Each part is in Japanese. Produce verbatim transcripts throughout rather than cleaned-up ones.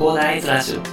コーダーイズラジオ。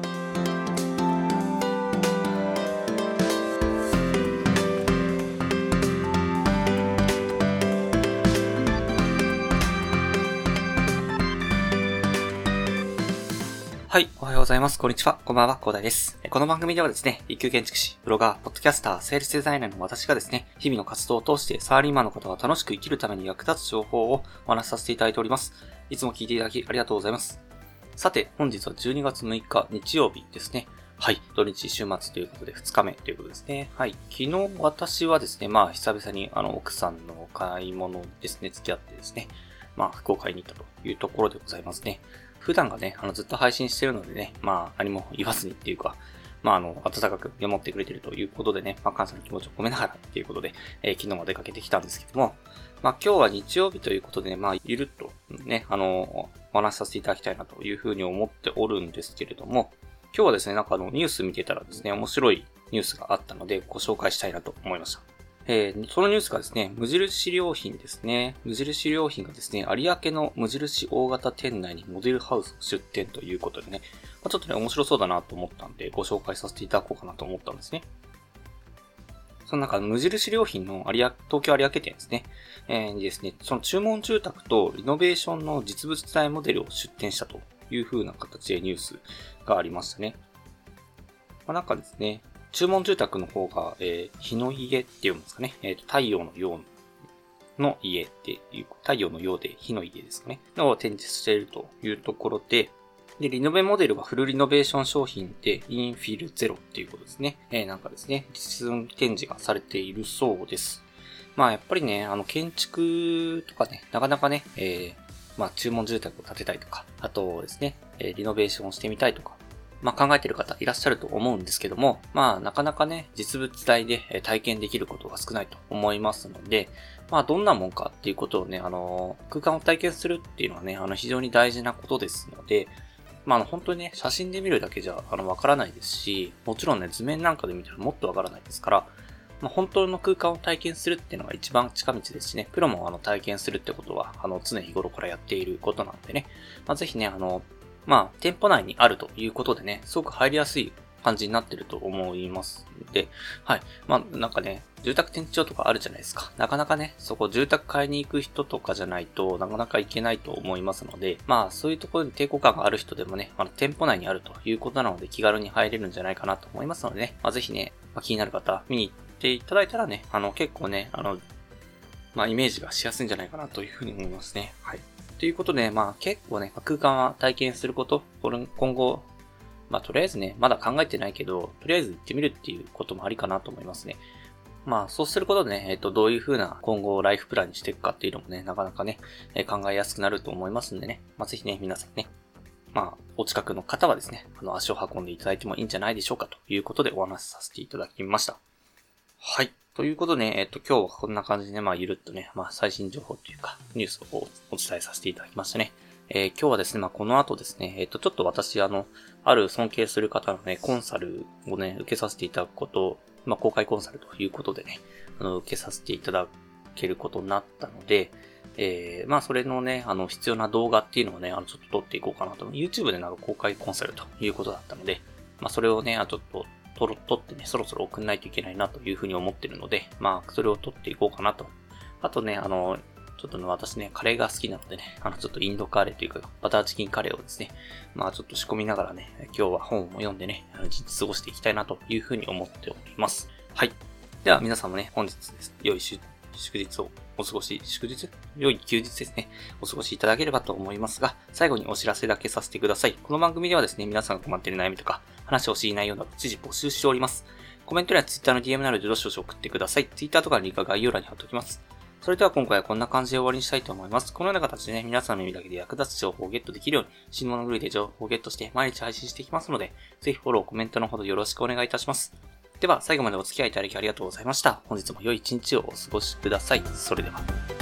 はい、おはようございます。こんにちは。こんばんは、コーダーです。この番組ではですね、一級建築士、ブロガー、ポッドキャスター、セールスデザイナーの私がですね、日々の活動を通してサラリーマンの方が楽しく生きるために役立つ情報をお話しさせていただいております。いつも聞いていただきありがとうございます。さて、本日はじゅうにがつむいか日曜日ですね。はい、土日週末ということでふつかめということですね。はい、昨日私はですね、まあ久々にあの奥さんの買い物ですね、付き合ってですね、まあ服を買いに行ったというところでございますね。普段がね、あのずっと配信してるのでね、まあ何も言わずにっていうか、まああの、温かく見守ってくれてるということでね、まあ感謝の気持ちを込めながらっていうことで、えー、昨日も出かけてきたんですけども、まあ今日は日曜日ということでね、まあゆるっとね、あの、お話しさせていただきたいなというふうに思っておるんですけれども、今日はですね、なんかあのニュース見てたらですね、面白いニュースがあったのでご紹介したいなと思いました。えー、そのニュースがですね、無印良品ですね。無印良品がですね、有明の無印大型店内にモデルハウスを出店ということでね、まあ、ちょっとね、面白そうだなと思ったんで、ご紹介させていただこうかなと思ったんですね。その中、無印良品の有明、東京有明店ですね、えー、にですね、その注文住宅とリノベーションの実物大モデルを出店したという風な形でニュースがありましたね。まあ、なんかですね、注文住宅の方が、えー、日の家っていうんですかね。えーと、太陽の陽の家っていう、太陽の陽で日の家ですかね。を展示しているというところで、で、リノベモデルはフルリノベーション商品で、インフィルゼロっていうことですね。えー、なんかですね、実演展示がされているそうです。まあ、やっぱりね、あの、建築とかね、なかなかね、えー、まあ、注文住宅を建てたいとか、あとですね、えー、リノベーションをしてみたいとか、まあ考えている方いらっしゃると思うんですけども、まあなかなかね、実物大で体験できることが少ないと思いますので、まあどんなもんかっていうことをね、あの、空間を体験するっていうのはね、あの非常に大事なことですので、まああの本当にね、写真で見るだけじゃあのわからないですし、もちろんね、図面なんかで見たらもっとわからないですから、まあ本当の空間を体験するっていうのが一番近道ですしね、プロもあの体験するってことは、あの常日頃からやっていることなのでね、まあぜひね、あの、まあ、店舗内にあるということでね、すごく入りやすい感じになってると思いますので、はい。まあ、なんかね、住宅展示場とかあるじゃないですか。なかなかね、そこ住宅買いに行く人とかじゃないとなかなか行けないと思いますので、まあ、そういうところに抵抗感がある人でもね、あの、店舗内にあるということなので気軽に入れるんじゃないかなと思いますのでね、まあ、ぜひね、まあ、気になる方、見に行っていただいたらね、あの、結構ね、あの、まあ、イメージがしやすいんじゃないかなというふうに思いますね。はい。ということで、まあ結構ね、空間は体験すること、これ今後、まあとりあえずね、まだ考えてないけど、とりあえず行ってみるっていうこともありかなと思いますね。まあそうすることでね、えっと、どういう風な今後ライフプランにしていくかっていうのもね、なかなかね、え考えやすくなると思いますんでね、まあぜひね、皆さんね、まあお近くの方はですね、あの足を運んでいただいてもいいんじゃないでしょうかということでお話しさせていただきました。はい。ということで、ね、えっと、今日はこんな感じでね、まあ、ゆるっとね、まあ、最新情報というか、ニュースをお伝えさせていただきましたね。えー、今日はですね、まあ、この後ですね、えっと、ちょっと私、あの、ある尊敬する方のね、コンサルをね、受けさせていただくことを、まあ、公開コンサルということでね、あの、受けさせていただけることになったので、えー、まあ、それのね、あの、必要な動画っていうのをね、あの、ちょっと撮っていこうかなと。YouTube でなんか公開コンサルということだったので、まあ、それをね、あちょっと、撮ろ、撮ってね、そろそろ送んないといけないなというふうに思ってるので、まあ、それを撮っていこうかなと。あとね、あの、ちょっとね、私ね、カレーが好きなのでね、あの、ちょっとインドカレーというか、バターチキンカレーをですね、まあ、ちょっと仕込みながらね、今日は本を読んでね、一日過ごしていきたいなというふうに思っております。はい。では、皆さんもね、本日です。良い祝日をお過ごし、祝日良い休日ですね。お過ごしいただければと思いますが、最後にお知らせだけさせてください。この番組ではですね、皆さんが困っている悩みとか、話を知りないような知事募集しております。コメントや Twitter の ディーエム などでどしどし送ってください。Twitter とかのリンクは概要欄に貼っておきます。それでは今回はこんな感じで終わりにしたいと思います。このような形でね、皆さんの耳だけで役立つ情報をゲットできるように、新物狂いで情報をゲットして毎日配信していきますので、ぜひフォロー、コメントのほどよろしくお願いいたします。では、最後までお付き合いいただきありがとうございました。本日も良い一日をお過ごしください。それでは。